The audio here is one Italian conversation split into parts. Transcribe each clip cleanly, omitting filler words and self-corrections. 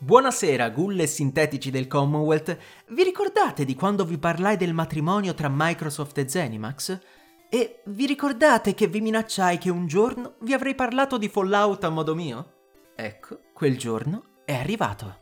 Buonasera, gulle sintetici del Commonwealth. Vi ricordate di quando vi parlai del matrimonio tra Microsoft e Zenimax? E vi ricordate che vi minacciai che un giorno vi avrei parlato di Fallout a modo mio? Ecco, quel giorno è arrivato.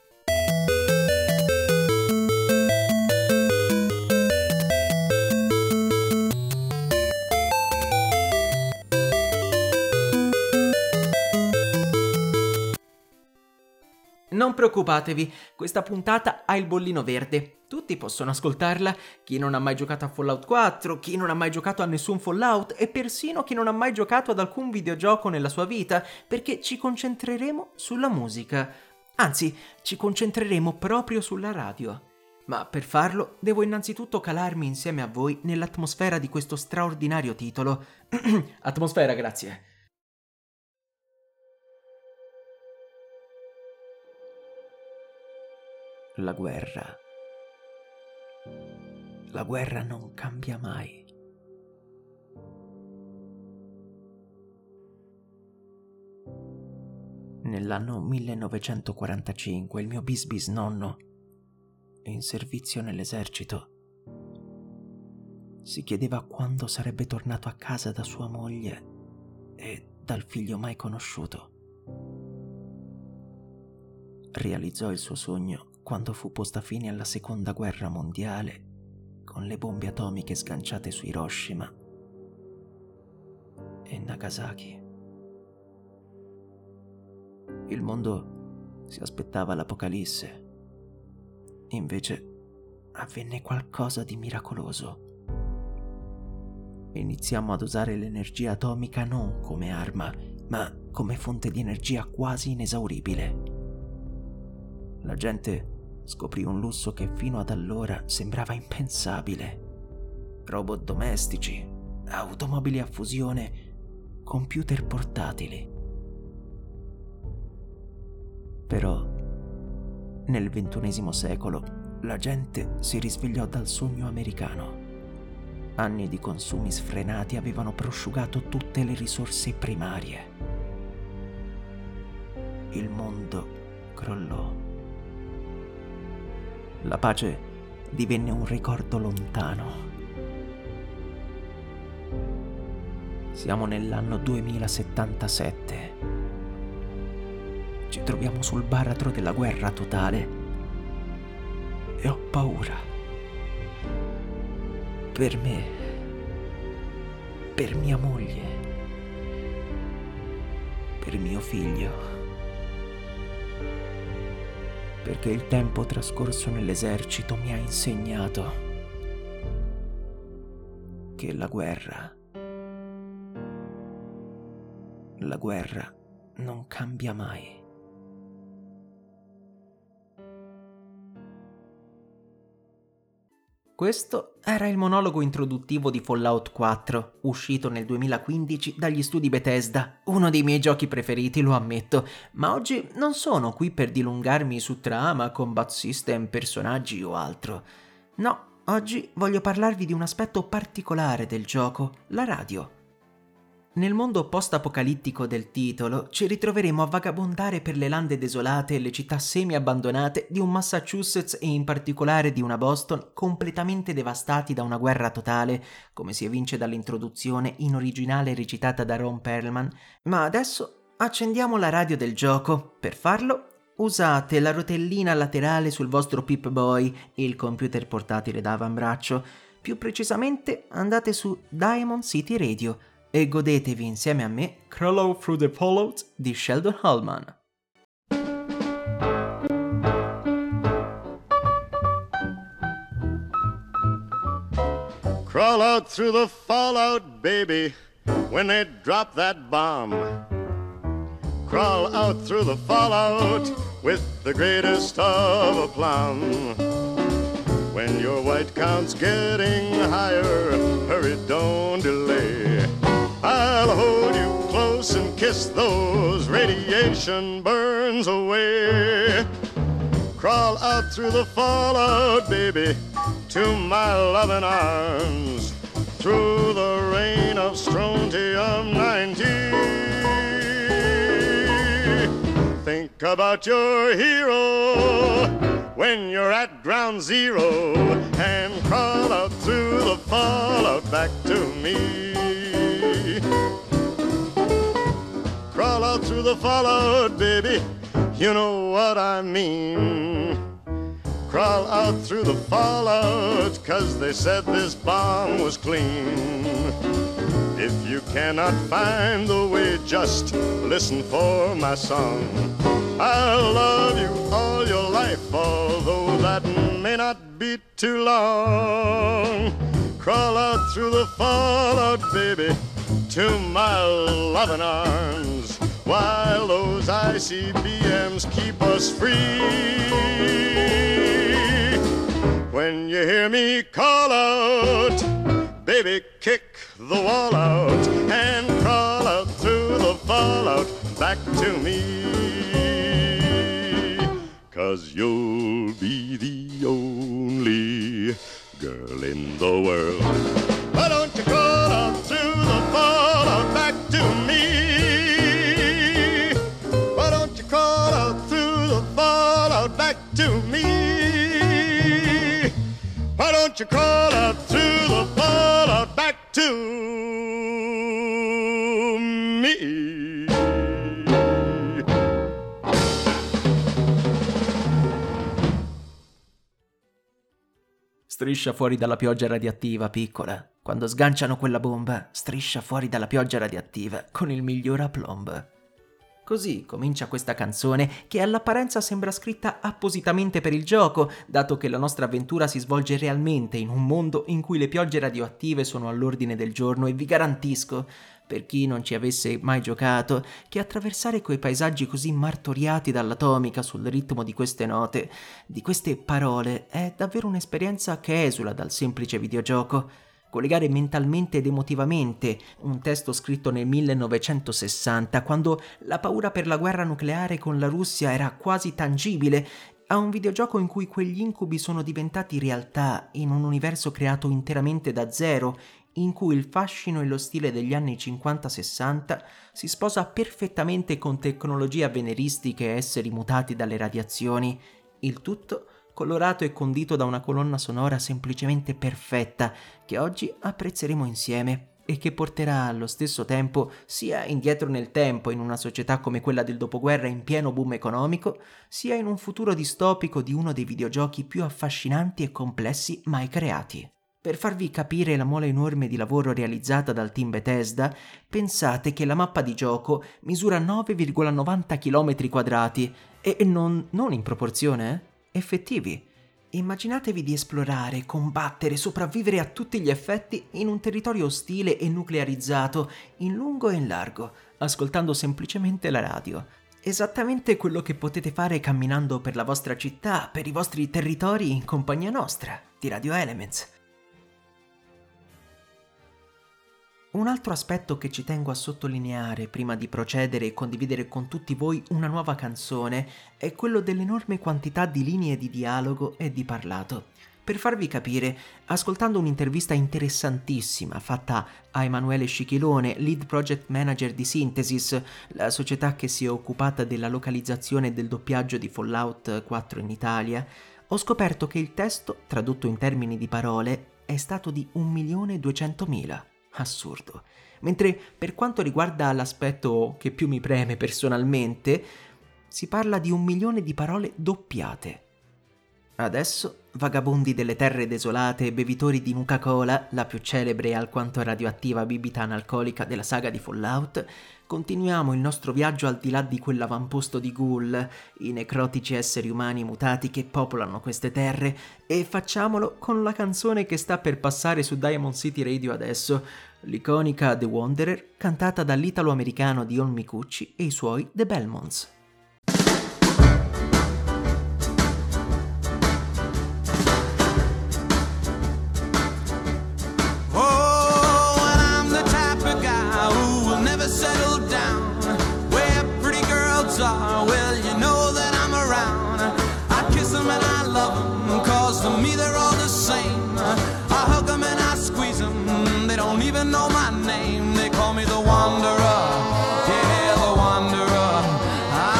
Non preoccupatevi, questa puntata ha il bollino verde. Tutti possono ascoltarla, chi non ha mai giocato a Fallout 4, chi non ha mai giocato a nessun Fallout e persino chi non ha mai giocato ad alcun videogioco nella sua vita, perché ci concentreremo sulla musica. Anzi, ci concentreremo proprio sulla radio. Ma per farlo devo innanzitutto calarmi insieme a voi nell'atmosfera di questo straordinario titolo. Atmosfera, grazie. La guerra. La guerra non cambia mai. Nell'anno 1945 il mio bisnonno, in servizio nell'esercito, si chiedeva quando sarebbe tornato a casa da sua moglie e dal figlio mai conosciuto. Realizzò il suo sogno quando fu posta fine alla seconda guerra mondiale con le bombe atomiche sganciate su Hiroshima e Nagasaki. Il mondo si aspettava l'apocalisse. Invece avvenne qualcosa di miracoloso. Iniziamo ad usare l'energia atomica non come arma, ma come fonte di energia quasi inesauribile. La gente scoprì un lusso che fino ad allora sembrava impensabile. Robot domestici, automobili a fusione, computer portatili. Però, nel XXI secolo, la gente si risvegliò dal sogno americano. Anni di consumi sfrenati avevano prosciugato tutte le risorse primarie. Il mondo crollò. La pace divenne un ricordo lontano. Siamo nell'anno 2077. Ci troviamo sul baratro della guerra totale e ho paura. Per me, per mia moglie, per mio figlio. Perché il tempo trascorso nell'esercito mi ha insegnato che la guerra non cambia mai. Questo era il monologo introduttivo di Fallout 4, uscito nel 2015 dagli studi Bethesda, uno dei miei giochi preferiti, lo ammetto, ma oggi non sono qui per dilungarmi su trama, combat system, personaggi o altro. No, oggi voglio parlarvi di un aspetto particolare del gioco, la radio. Nel mondo post-apocalittico del titolo ci ritroveremo a vagabondare per le lande desolate e le città semi-abbandonate di un Massachusetts e in particolare di una Boston completamente devastati da una guerra totale, come si evince dall'introduzione in originale recitata da Ron Perlman. Ma adesso accendiamo la radio del gioco. Per farlo usate la rotellina laterale sul vostro Pip-Boy, il computer portatile da avambraccio. Più precisamente andate su Diamond City Radio e godetevi insieme a me Crawl Out Through the Fallout di Sheldon Hallman. Crawl out through the fallout, baby, when they drop that bomb. Crawl out through the fallout with the greatest of aplomb. When your white count's getting higher, hurry, don't delay. I'll hold you close and kiss those radiation burns away. Crawl out through the fallout, baby, to my loving arms. Through the rain of strontium-90. Think about your hero when you're at ground zero and crawl out through the fallout back to me. Crawl out through the fallout, baby, you know what I mean. Crawl out through the fallout, 'cause they said this bomb was clean. If you cannot find the way, just listen for my song. I'll love you all your life, although that may not be too long. Crawl out through the fallout, baby, to my loving arms, while those ICBMs keep us free. When you hear me call out, baby, kick the wall out and crawl out through the fallout back to me. 'Cause you'll be the only girl in the world. Why don't you crawl out through the fallout back to me? Why don't you crawl out through the fallout back to me? Why don't you crawl out through the fallout back to me? Striscia fuori dalla pioggia radioattiva, piccola. Quando sganciano quella bomba, striscia fuori dalla pioggia radioattiva con il miglior aplomb. Così comincia questa canzone che all'apparenza sembra scritta appositamente per il gioco, dato che la nostra avventura si svolge realmente in un mondo in cui le piogge radioattive sono all'ordine del giorno, e vi garantisco, per chi non ci avesse mai giocato, che attraversare quei paesaggi così martoriati dall'atomica sul ritmo di queste note, di queste parole, è davvero un'esperienza che esula dal semplice videogioco. Collegare mentalmente ed emotivamente un testo scritto nel 1960, quando la paura per la guerra nucleare con la Russia era quasi tangibile, a un videogioco in cui quegli incubi sono diventati realtà in un universo creato interamente da zero, in cui il fascino e lo stile degli anni 50-60 si sposa perfettamente con tecnologie avveniristiche e esseri mutati dalle radiazioni, il tutto colorato e condito da una colonna sonora semplicemente perfetta che oggi apprezzeremo insieme e che porterà allo stesso tempo sia indietro nel tempo in una società come quella del dopoguerra in pieno boom economico, sia in un futuro distopico di uno dei videogiochi più affascinanti e complessi mai creati. Per farvi capire la mole enorme di lavoro realizzata dal team Bethesda, pensate che la mappa di gioco misura 9,90 km² e non in proporzione, effettivi. Immaginatevi di esplorare, combattere, sopravvivere a tutti gli effetti in un territorio ostile e nuclearizzato, in lungo e in largo, ascoltando semplicemente la radio. Esattamente quello che potete fare camminando per la vostra città, per i vostri territori in compagnia nostra, di Radio Elements. Un altro aspetto che ci tengo a sottolineare prima di procedere e condividere con tutti voi una nuova canzone è quello dell'enorme quantità di linee di dialogo e di parlato. Per farvi capire, ascoltando un'intervista interessantissima fatta a Emanuele Scichilone, lead project manager di Synthesis, la società che si è occupata della localizzazione e del doppiaggio di Fallout 4 in Italia, ho scoperto che il testo, tradotto in termini di parole, è stato di 1.200.000. Assurdo. Mentre per quanto riguarda l'aspetto che più mi preme personalmente, si parla di 1 milione di parole doppiate. Adesso, vagabondi delle terre desolate e bevitori di Nuka-Cola, la più celebre e alquanto radioattiva bibita analcolica della saga di Fallout, continuiamo il nostro viaggio al di là di quell'avamposto di ghoul, i necrotici esseri umani mutati che popolano queste terre, e facciamolo con la canzone che sta per passare su Diamond City Radio adesso, l'iconica The Wanderer, cantata dall'italo-americano Dion Micucci e i suoi The Belmonts. Know my name, they call me the Wanderer, yeah, the Wanderer.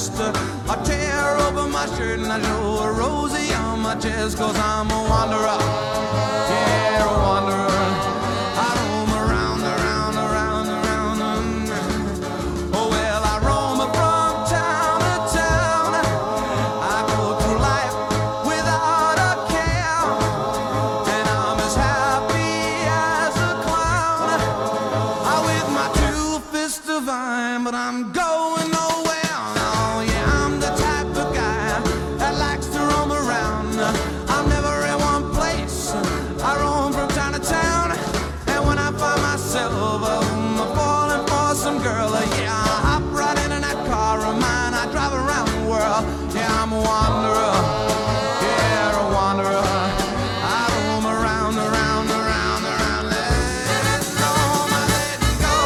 vest. I tear open my shirt and I show a rosy on my chest, 'cause I'm a wanderer, yeah, a wanderer. I roam around, around, around, around. Oh well, I roam from town to town. I go through life without a care, and I'm as happy as a clown. I with my two fists divine, but I'm going nowhere. Oh yeah, I'm the type of guy that likes to roam around. I'm never in one place. I roam from town to town, and when I find myself falling for some girl, yeah, I hop right in that car of mine. I drive around the world. Yeah, I'm a wanderer. Yeah, a wanderer. I roam around, around, around, around. Let it go, my let it go.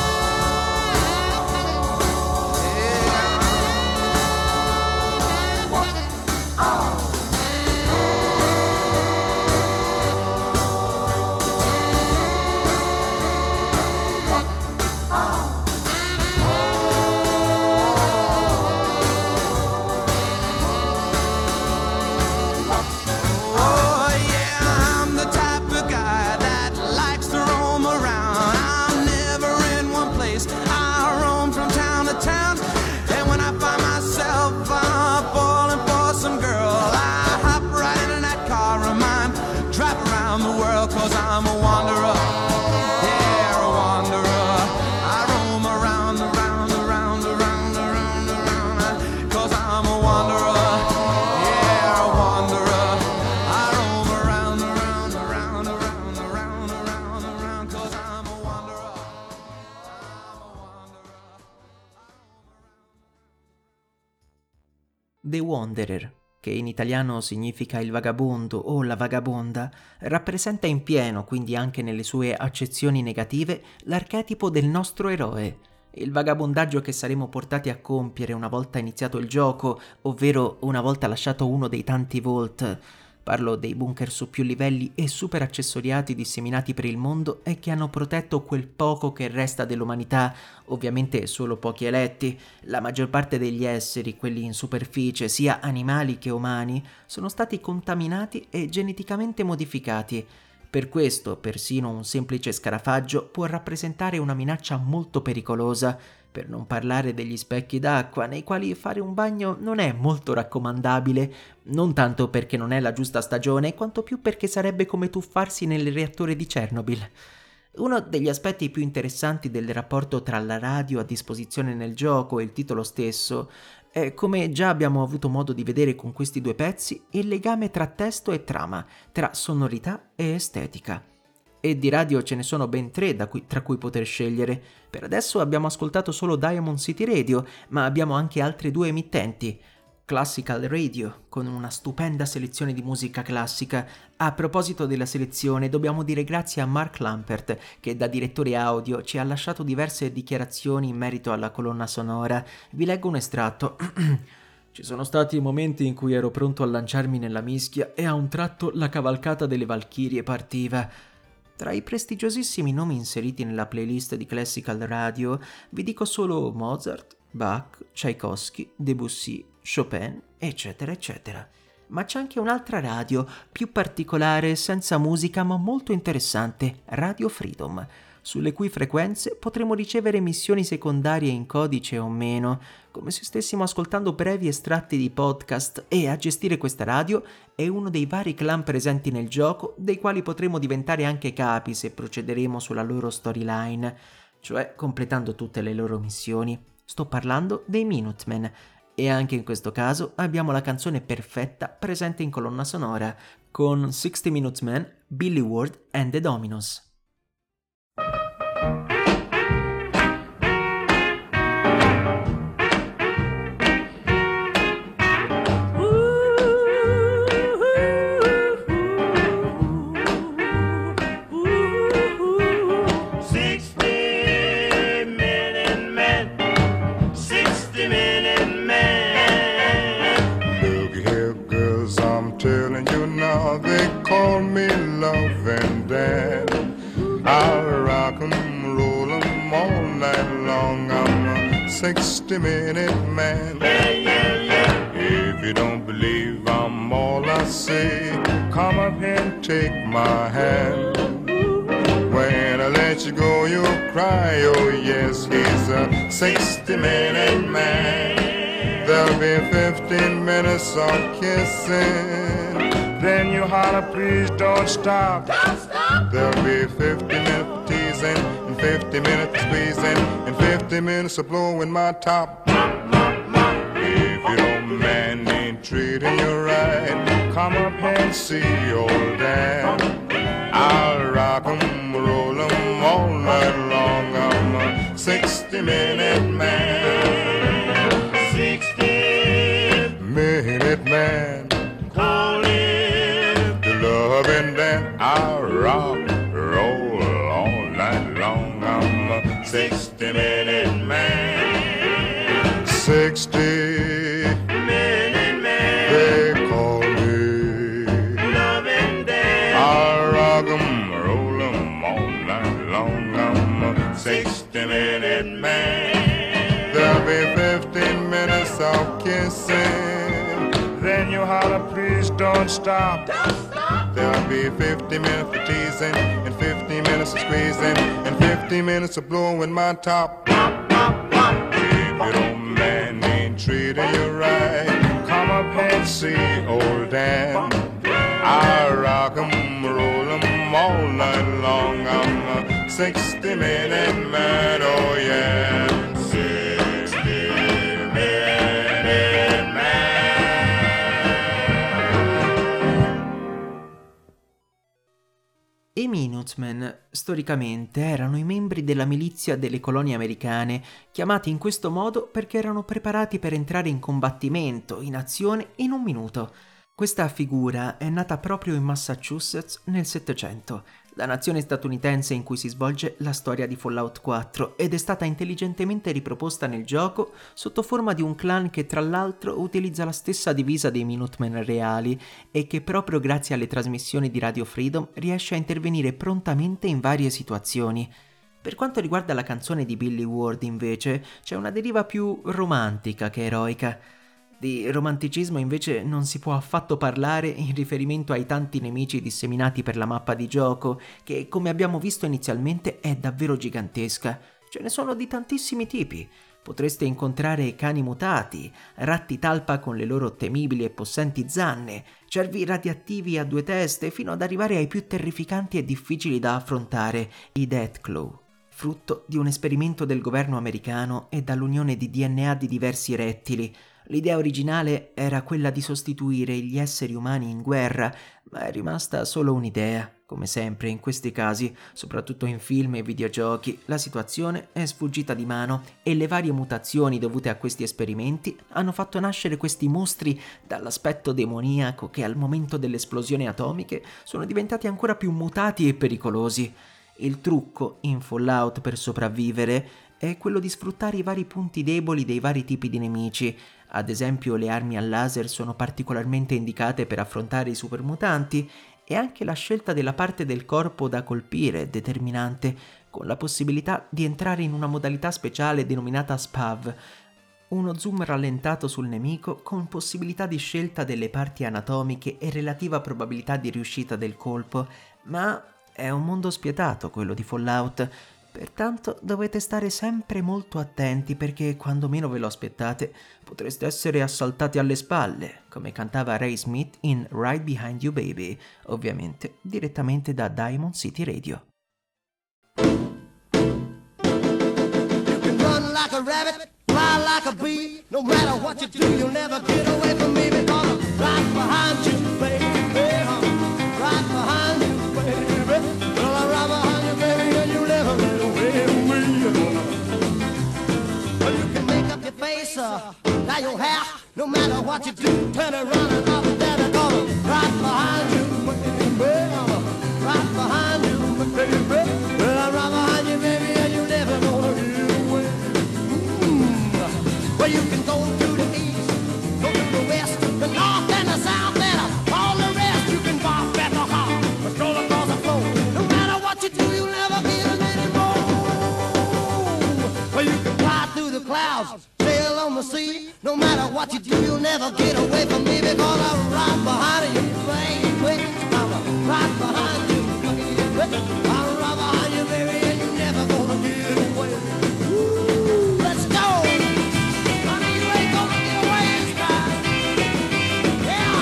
Oh yeah, I'm the type of guy that likes to roam around. I'm never in one place. I roam from town to town, and when I find myself falling for some girl, I hop right into that car of mine, drive around the world, 'cause I'm a wanderer. Yeah, a wanderer. I roam around, around, around, around, around, around, 'cause I'm a wanderer. Yeah, a wanderer. I roam around, around, around, around, around, around, around, 'cause I'm a wanderer. I'm a wanderer. The Wanderer, che in italiano significa il vagabondo o la vagabonda, rappresenta in pieno, quindi anche nelle sue accezioni negative, l'archetipo del nostro eroe, il vagabondaggio che saremo portati a compiere una volta iniziato il gioco, ovvero una volta lasciato uno dei tanti vault. Parlo dei bunker su più livelli e super accessoriati disseminati per il mondo e che hanno protetto quel poco che resta dell'umanità, ovviamente solo pochi eletti. La maggior parte degli esseri, quelli in superficie, sia animali che umani, sono stati contaminati e geneticamente modificati. Per questo, persino un semplice scarafaggio può rappresentare una minaccia molto pericolosa, per non parlare degli specchi d'acqua, nei quali fare un bagno non è molto raccomandabile, non tanto perché non è la giusta stagione, quanto più perché sarebbe come tuffarsi nel reattore di Chernobyl. Uno degli aspetti più interessanti del rapporto tra la radio a disposizione nel gioco e il titolo stesso è, come già abbiamo avuto modo di vedere con questi due pezzi, il legame tra testo e trama, tra sonorità e estetica. E di radio ce ne sono ben 3 tra cui poter scegliere. Per adesso abbiamo ascoltato solo Diamond City Radio, ma abbiamo anche altre 2 emittenti. Classical Radio, con una stupenda selezione di musica classica. A proposito della selezione, dobbiamo dire grazie a Mark Lampert, che da direttore audio ci ha lasciato diverse dichiarazioni in merito alla colonna sonora. Vi leggo un estratto. Ci sono stati momenti in cui ero pronto a lanciarmi nella mischia e a un tratto la cavalcata delle Valchirie partiva. Tra i prestigiosissimi nomi inseriti nella playlist di Classical Radio vi dico solo Mozart, Bach, Tchaikovsky, Debussy, Chopin, eccetera, eccetera. Ma c'è anche un'altra radio, più particolare, senza musica ma molto interessante, Radio Freedom, sulle cui frequenze potremo ricevere emissioni secondarie in codice o meno, come se stessimo ascoltando brevi estratti di podcast, e a gestire questa radio è uno dei vari clan presenti nel gioco, dei quali potremo diventare anche capi se procederemo sulla loro storyline, cioè completando tutte le loro missioni. Sto parlando dei Minutemen, e anche in questo caso abbiamo la canzone perfetta presente in colonna sonora, con 60 Minutemen, Billy Ward and the Dominos. Call me love and dad. I'll rock 'em, roll 60-minute man. If you don't believe I'm all I say, come up here and take my hand. When I let you go, you'll cry, oh yes, he's a 60-minute man. There'll be 15 minutes of kissing, then you holler, please don't stop. Don't stop. There'll be 50 minutes of teasing, and 50 minutes of squeezing, and 50 minutes of blowing my top. If your man ain't treating you right, come up and see old Dan. I'll rock 'em, roll 'em all night long. I'm a 60-minute man. 60-minute man. Call it the loving Dan. I'll rock, roll all night long. I'm a 60-minute man. 60-minute man. They call me loving Dan. I'll rock 'em, roll 'em all night long. I'm a 60-minute man. There'll be 15 minutes of kissing, then you holler, please don't stop. Don't stop. There'll be 50 minutes of teasing, and 50 minutes of squeezing, and 50 minutes of blowing my top. If your man ain't treating you right, come up and see old Dan. I'll rock 'em, roll 'em all night long. I'm a 60-minute man, oh yeah. 60-minute man. I Minutemen, storicamente, erano i membri della milizia delle colonie americane, chiamati in questo modo perché erano preparati per entrare in combattimento, in azione, in un minuto. Questa figura è nata proprio in Massachusetts nel Settecento, la nazione statunitense in cui si svolge la storia di Fallout 4, ed è stata intelligentemente riproposta nel gioco sotto forma di un clan che tra l'altro utilizza la stessa divisa dei Minutemen reali e che proprio grazie alle trasmissioni di Radio Freedom riesce a intervenire prontamente in varie situazioni. Per quanto riguarda la canzone di Billy Ward, invece, c'è una deriva più romantica che eroica. Di romanticismo invece non si può affatto parlare in riferimento ai tanti nemici disseminati per la mappa di gioco, che come abbiamo visto inizialmente è davvero gigantesca. Ce ne sono di tantissimi tipi. Potreste incontrare cani mutati, ratti talpa con le loro temibili e possenti zanne, cervi radioattivi a 2 teste, fino ad arrivare ai più terrificanti e difficili da affrontare, i Deathclaw, frutto di un esperimento del governo americano e dall'unione di DNA di diversi rettili. L'idea originale era quella di sostituire gli esseri umani in guerra, ma è rimasta solo un'idea. Come sempre in questi casi, soprattutto in film e videogiochi, la situazione è sfuggita di mano e le varie mutazioni dovute a questi esperimenti hanno fatto nascere questi mostri dall'aspetto demoniaco che al momento delle esplosioni atomiche sono diventati ancora più mutati e pericolosi. Il trucco in Fallout per sopravvivere è quello di sfruttare i vari punti deboli dei vari tipi di nemici. Ad esempio, le armi a laser sono particolarmente indicate per affrontare i supermutanti, e anche la scelta della parte del corpo da colpire è determinante, con la possibilità di entrare in una modalità speciale denominata SPAV, uno zoom rallentato sul nemico con possibilità di scelta delle parti anatomiche e relativa probabilità di riuscita del colpo. Ma è un mondo spietato quello di Fallout, pertanto dovete stare sempre molto attenti, perché quando meno ve lo aspettate potreste essere assaltati alle spalle, come cantava Ray Smith in Right Behind You Baby, ovviamente direttamente da Diamond City Radio. You can run like a rabbit, fly like a bee. No matter what you do, you'll never get away from me, because I'm right behind you, baby. Right behind you, baby. Well, I'm right behind you, baby, and you'll never get away from me. Well, you can make up your face, dye your hair. No matter what you do, turn around and up and down, because I'm right behind you, baby. Right behind you, baby. Well, I'm right behind you, baby, and you'll never gonna get away. Well, you can go to the east, go to the west, the north and the south, and all the rest. You can walk at the heart, or stroll across the floor. No matter what you do, you'll never feel it anymore. Well, you can fly through the clouds, matter what you do, you'll never get away from me because I'm right behind you, baby. I'm right behind you, baby. I'm right behind you, baby, and you're never gonna get away. Ooh, let's go. Honey, you ain't gonna get away this time. Yeah.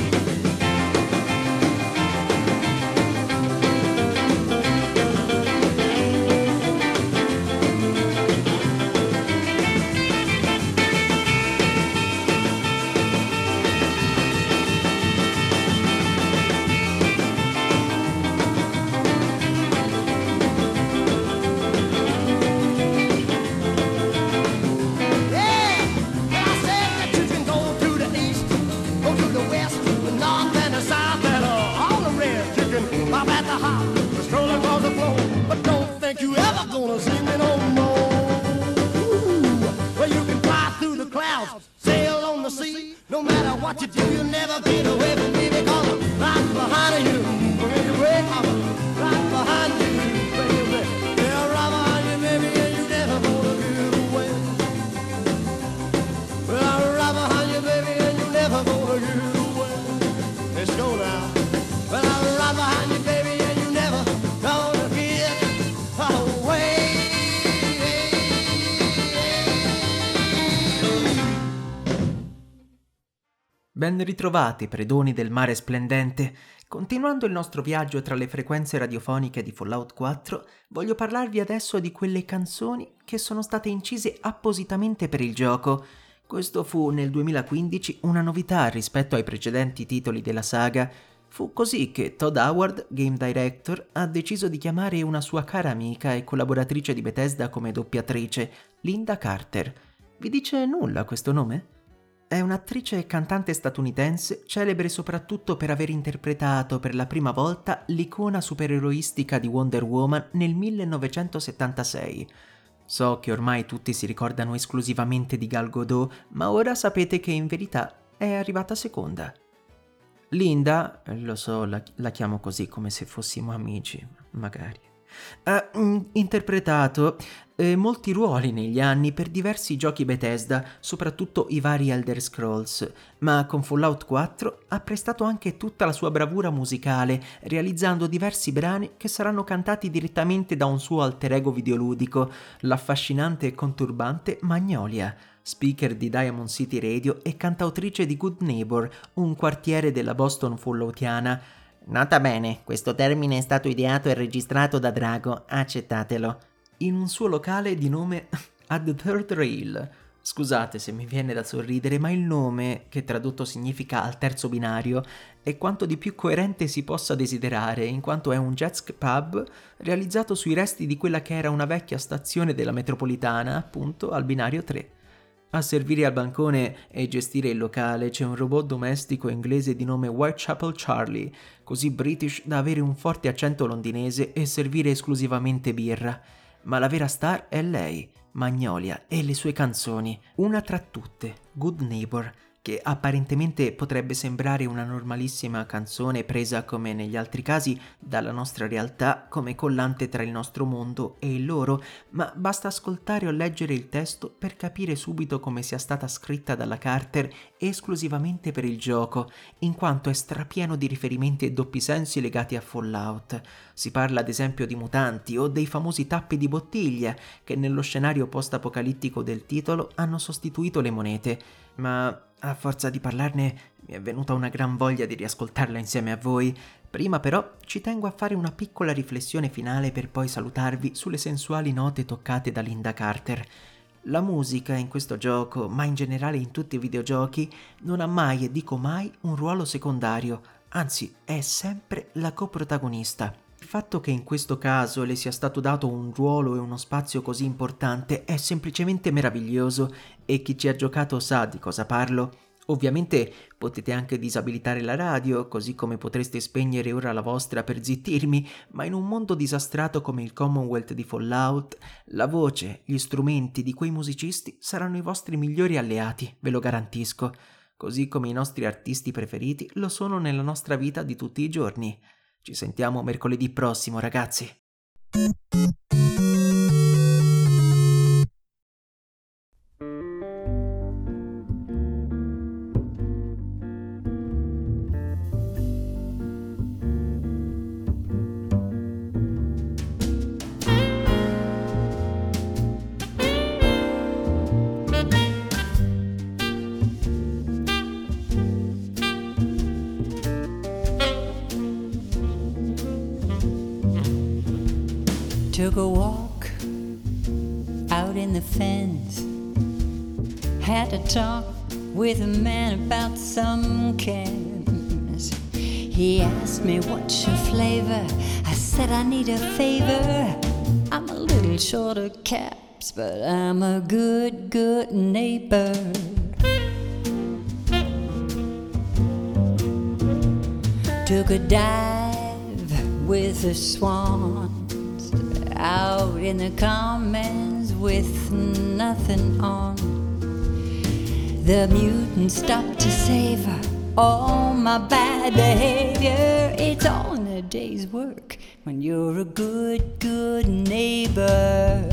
You ever gonna see me no more? Ooh, well, you can fly through the clouds, sail on the sea. No matter what you do, you'll never get away from me because I'm right behind you, baby. I'm right behind you, baby. Yeah, right behind you, baby, and you never gonna get away. Well, I'm right behind you, baby, and you never gonna get away. Let's go now. Well, I'm right behind you, baby, and you never gonna get away. Ben ritrovati, predoni del mare splendente. Continuando il nostro viaggio tra le frequenze radiofoniche di Fallout 4, voglio parlarvi adesso di quelle canzoni che sono state incise appositamente per il gioco. Questo fu nel 2015 una novità rispetto ai precedenti titoli della saga. Fu così che Todd Howard, game director, ha deciso di chiamare una sua cara amica e collaboratrice di Bethesda come doppiatrice, Linda Carter. Vi dice nulla questo nome? È un'attrice e cantante statunitense celebre soprattutto per aver interpretato per la prima volta l'icona supereroistica di Wonder Woman nel 1976. So che ormai tutti si ricordano esclusivamente di Gal Gadot, ma ora sapete che in verità è arrivata seconda. Linda, lo so, la chiamo così come se fossimo amici, magari, ha interpretato molti ruoli negli anni per diversi giochi Bethesda, soprattutto i vari Elder Scrolls, ma con Fallout 4 ha prestato anche tutta la sua bravura musicale, realizzando diversi brani che saranno cantati direttamente da un suo alter ego videoludico, l'affascinante e conturbante Magnolia, speaker di Diamond City Radio e cantautrice di Good Neighbor, un quartiere della Boston falloutiana. Nota bene, questo termine è stato ideato e registrato da Drago, accettatelo. In un suo locale di nome At the Third Rail. Scusate se mi viene da sorridere, ma il nome, che tradotto significa al terzo binario, è quanto di più coerente si possa desiderare, in quanto è un jazz pub realizzato sui resti di quella che era una vecchia stazione della metropolitana, appunto al binario 3. A servire al bancone e gestire il locale c'è un robot domestico inglese di nome Whitechapel Charlie, così british da avere un forte accento londinese e servire esclusivamente birra. Ma la vera star è lei, Magnolia, e le sue canzoni, una tra tutte, Good Neighbor, che apparentemente potrebbe sembrare una normalissima canzone presa come negli altri casi dalla nostra realtà come collante tra il nostro mondo e il loro, ma basta ascoltare o leggere il testo per capire subito come sia stata scritta dalla Carter esclusivamente per il gioco, in quanto è strapieno di riferimenti e doppi sensi legati a Fallout. Si parla ad esempio di mutanti o dei famosi tappi di bottiglia che nello scenario post-apocalittico del titolo hanno sostituito le monete, ma a forza di parlarne mi è venuta una gran voglia di riascoltarla insieme a voi. Prima però ci tengo a fare una piccola riflessione finale per poi salutarvi sulle sensuali note toccate da Linda Carter. La musica in questo gioco, ma in generale in tutti i videogiochi, non ha mai, e dico mai, un ruolo secondario, anzi è sempre la coprotagonista. Il fatto che in questo caso le sia stato dato un ruolo e uno spazio così importante è semplicemente meraviglioso e chi ci ha giocato sa di cosa parlo. Ovviamente potete anche disabilitare la radio, così come potreste spegnere ora la vostra per zittirmi, ma in un mondo disastrato come il Commonwealth di Fallout, la voce, gli strumenti di quei musicisti saranno i vostri migliori alleati, ve lo garantisco, così come i nostri artisti preferiti lo sono nella nostra vita di tutti i giorni. Ci sentiamo mercoledì prossimo, ragazzi. Took a walk out in the fence. Had to talk with a man about some cans. He asked me what's your flavor. I said I need a favor. I'm a little short of caps, but I'm a good, good neighbor. Took a dive with the swans out in the commons with nothing on. The mutant stopped to savor all my bad behavior. It's all in a day's work when you're a good, good neighbor.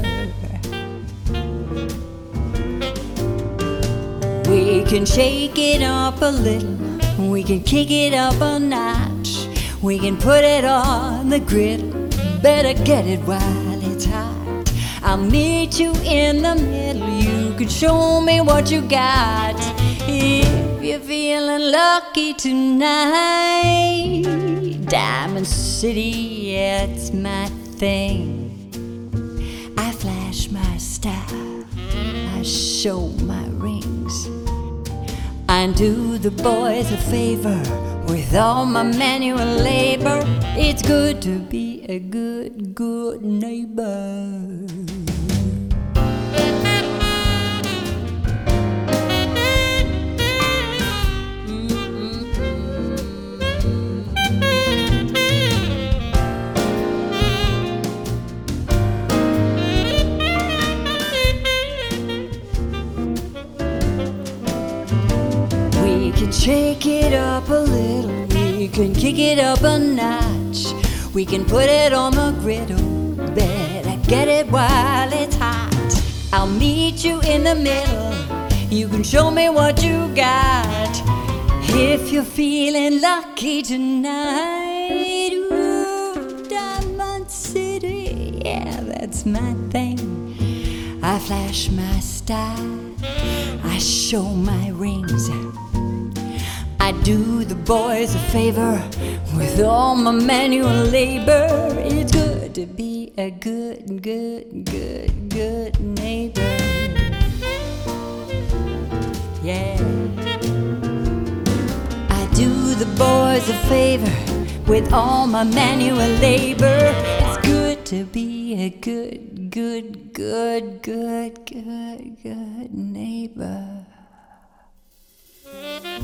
We can shake it up a little, we can kick it up a notch, we can put it on the griddle, better get it while it's hot. I'll meet you in the middle, you can show me what you got. If you're feeling lucky tonight, Diamond City, yeah, it's my thing. I flash my style, I show my rings. I do the boys a favor with all my manual labor. It's good to be a good, good neighbor. We can shake it up a little, we can kick it up a notch, we can put it on the griddle, better get it while it's hot. I'll meet you in the middle, you can show me what you got. If you're feeling lucky tonight, ooh, Diamond City, yeah, that's my thing. I flash my style, I show my rings. I do the boys a favor with all my manual labor. It's good to be a good, good, good, good neighbor. Yeah. I do the boys a favor with all my manual labor. It's good to be a good, good, good, good, good, good neighbor.